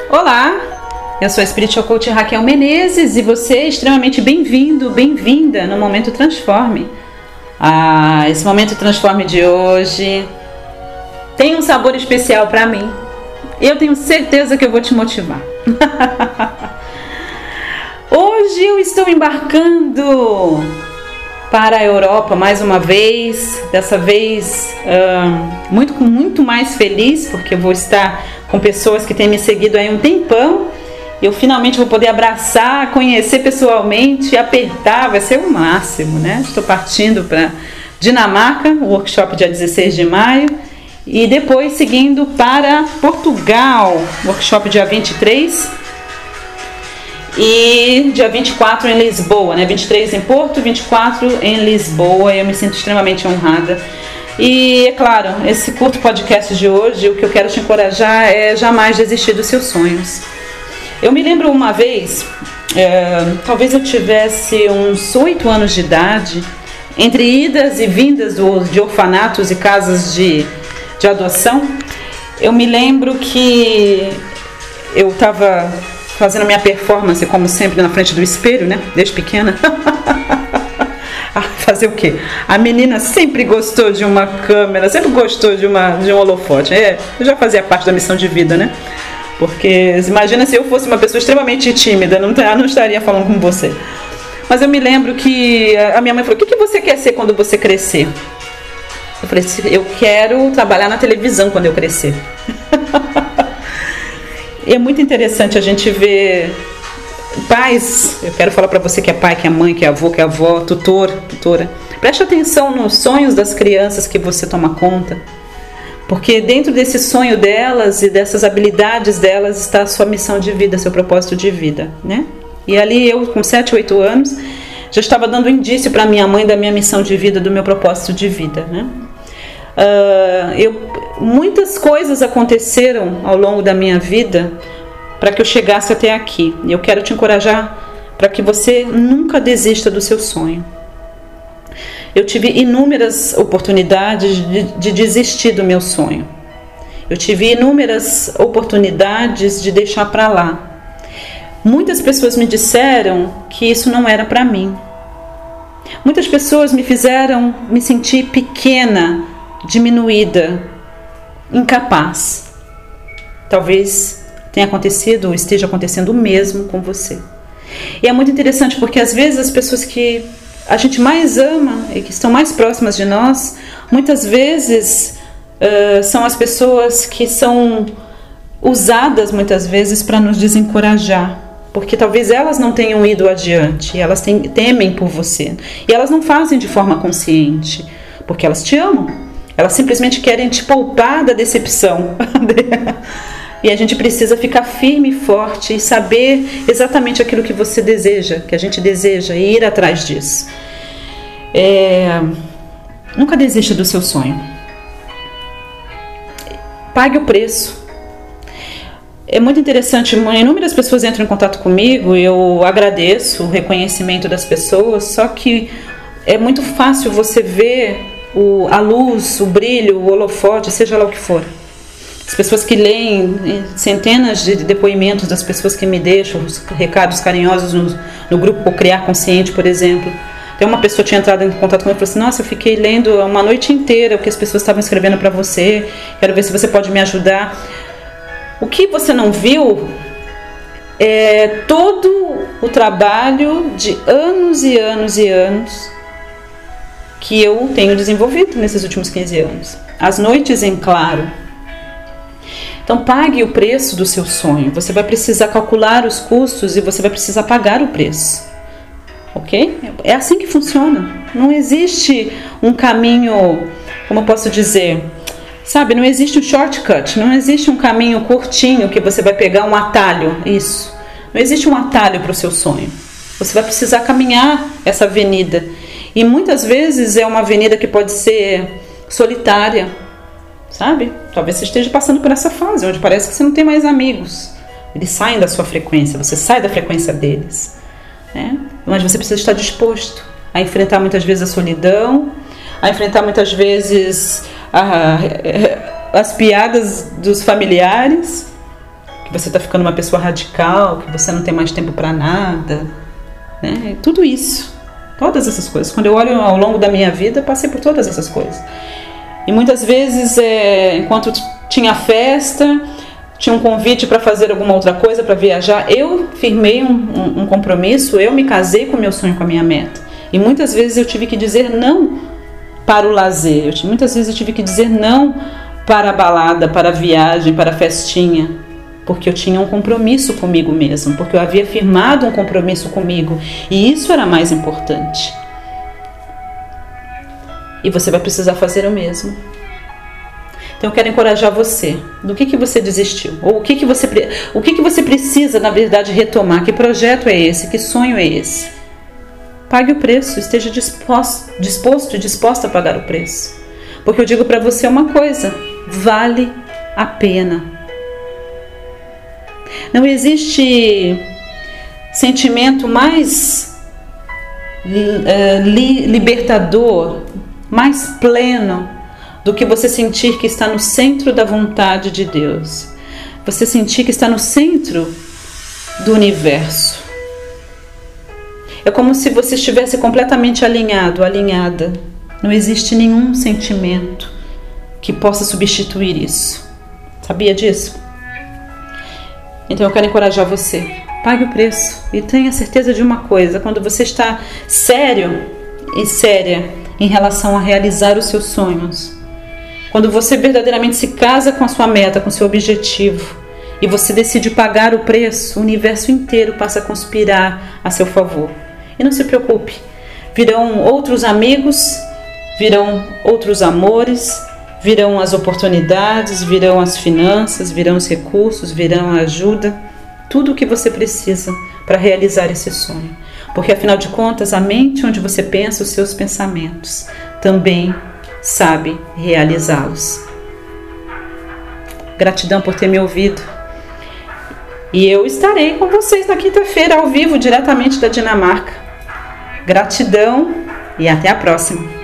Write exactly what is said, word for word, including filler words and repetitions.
Olá, eu sou a Spiritual Coach Raquel Menezes e você é extremamente bem-vindo, bem-vinda no Momento Transforme. Ah, esse Momento Transforme de hoje tem um sabor especial para mim. Eu tenho certeza que eu vou te motivar. Hoje eu estou embarcando para a Europa mais uma vez, dessa vez uh, muito, muito mais feliz, porque eu vou estar com pessoas que têm me seguido aí um tempão. Eu finalmente vou poder abraçar, conhecer pessoalmente, apertar, vai ser o máximo, né? Estou partindo para Dinamarca, o workshop dia dezesseis de maio, e depois seguindo para Portugal, workshop dia vinte e três e dia vinte e quatro em Lisboa, né? vinte e três em Porto, vinte e quatro em Lisboa. Eu me sinto extremamente honrada. E é claro, esse curto podcast de hoje, o que eu quero te encorajar é jamais desistir dos seus sonhos. Eu me lembro uma vez, é, talvez eu tivesse uns oito anos de idade, entre idas e vindas do, de orfanatos e casas de, de adoção, eu me lembro que eu estava fazendo minha performance, como sempre, na frente do espelho, né? Desde pequena. Fazer o quê? A menina sempre gostou de uma câmera, sempre gostou de, uma, de um holofote. É, eu já fazia parte da missão de vida, né? Porque imagina se eu fosse uma pessoa extremamente tímida, não, não estaria falando com você. Mas eu me lembro que a minha mãe falou: o que, que você quer ser quando você crescer? Eu falei: eu quero trabalhar na televisão quando eu crescer. E é muito interessante a gente ver pais. Eu quero falar para você que é pai, que é mãe, que é avô, que é avó, tutor, tutora. Preste atenção nos sonhos das crianças que você toma conta. Porque dentro desse sonho delas e dessas habilidades delas está a sua missão de vida, seu propósito de vida, né? E ali eu, com sete, oito anos, já estava dando indício para minha mãe da minha missão de vida, do meu propósito de vida, né? Uh, eu, muitas coisas aconteceram ao longo da minha vida para que eu chegasse até aqui. E eu quero te encorajar para que você nunca desista do seu sonho. Eu tive inúmeras oportunidades de, de desistir do meu sonho. Eu tive inúmeras oportunidades de deixar para lá. Muitas pessoas me disseram que isso não era para mim. Muitas pessoas me fizeram me sentir pequena, diminuída, incapaz. Talvez tenha acontecido ou esteja acontecendo o mesmo com você. E é muito interessante porque às vezes as pessoas que a gente mais ama e que estão mais próximas de nós, muitas vezes uh, são as pessoas que são usadas muitas vezes para nos desencorajar, porque talvez elas não tenham ido adiante, elas tem, temem por você, e elas não fazem de forma consciente, porque elas te amam, elas simplesmente querem te poupar da decepção. E a gente precisa ficar firme e forte e saber exatamente aquilo que você deseja, que a gente deseja, e ir atrás disso. É... Nunca desista do seu sonho. Pague o preço. É muito interessante, inúmeras pessoas entram em contato comigo, eu agradeço o reconhecimento das pessoas, só que é muito fácil você ver o, a luz, o brilho, o holofote, seja lá o que for. As pessoas que leem centenas de depoimentos das pessoas que me deixam, os recados carinhosos no, no grupo Criar Consciente, por exemplo. Tem uma pessoa que tinha entrado em contato comigo e falou assim: nossa, eu fiquei lendo uma noite inteira o que as pessoas estavam escrevendo para você, quero ver se você pode me ajudar. O que você não viu é todo o trabalho de anos e anos e anos que eu tenho desenvolvido nesses últimos quinze anos. As noites em claro. Então pague o preço do seu sonho. Você vai precisar calcular os custos e você vai precisar pagar o preço. Ok? É assim que funciona. Não existe um caminho, como eu posso dizer, sabe? Não existe um shortcut. Não existe um caminho curtinho que você vai pegar um atalho. Isso. Não existe um atalho para o seu sonho. Você vai precisar caminhar essa avenida. E muitas vezes é uma avenida que pode ser solitária. Sabe? Talvez você esteja passando por essa fase onde parece que você não tem mais amigos. Eles saem da sua frequência, você sai da frequência deles, né? Mas você precisa estar disposto a enfrentar muitas vezes a solidão, a enfrentar muitas vezes a, as piadas dos familiares, que você está ficando uma pessoa radical, que você não tem mais tempo para nada, né? Tudo isso, todas essas coisas. Quando eu olho ao longo da minha vida, passei por todas essas coisas. E muitas vezes, é, enquanto tinha festa, tinha um convite para fazer alguma outra coisa, para viajar, eu firmei um, um, um compromisso, eu me casei com o meu sonho, com a minha meta. E muitas vezes eu tive que dizer não para o lazer, eu, muitas vezes eu tive que dizer não para a balada, para a viagem, para a festinha, porque eu tinha um compromisso comigo mesmo, porque eu havia firmado um compromisso comigo, e isso era mais importante. E você vai precisar fazer o mesmo. Então eu quero encorajar você. Do que que você desistiu? Ou o que que você, o que que você precisa, na verdade, retomar? Que projeto é esse? Que sonho é esse? Pague o preço, esteja disposto, disposto e disposta a pagar o preço. Porque eu digo para você uma coisa, vale a pena. Não existe sentimento mais uh, li, libertador, mais pleno, do que você sentir que está no centro da vontade de Deus. Você sentir que está no centro do universo. É como se você estivesse completamente alinhado, alinhada. Não existe nenhum sentimento que possa substituir isso. Sabia disso? Então eu quero encorajar você. Pague o preço e tenha certeza de uma coisa. Quando você está sério e séria em relação a realizar os seus sonhos, quando você verdadeiramente se casa com a sua meta, com o seu objetivo, e você decide pagar o preço, o universo inteiro passa a conspirar a seu favor. E não se preocupe, virão outros amigos, virão outros amores, virão as oportunidades, virão as finanças, virão os recursos, virão a ajuda, tudo o que você precisa para realizar esse sonho. Porque afinal de contas, a mente onde você pensa os seus pensamentos também sabe realizá-los. Gratidão por ter me ouvido. E eu estarei com vocês na quinta-feira, ao vivo, diretamente da Dinamarca. Gratidão e até a próxima.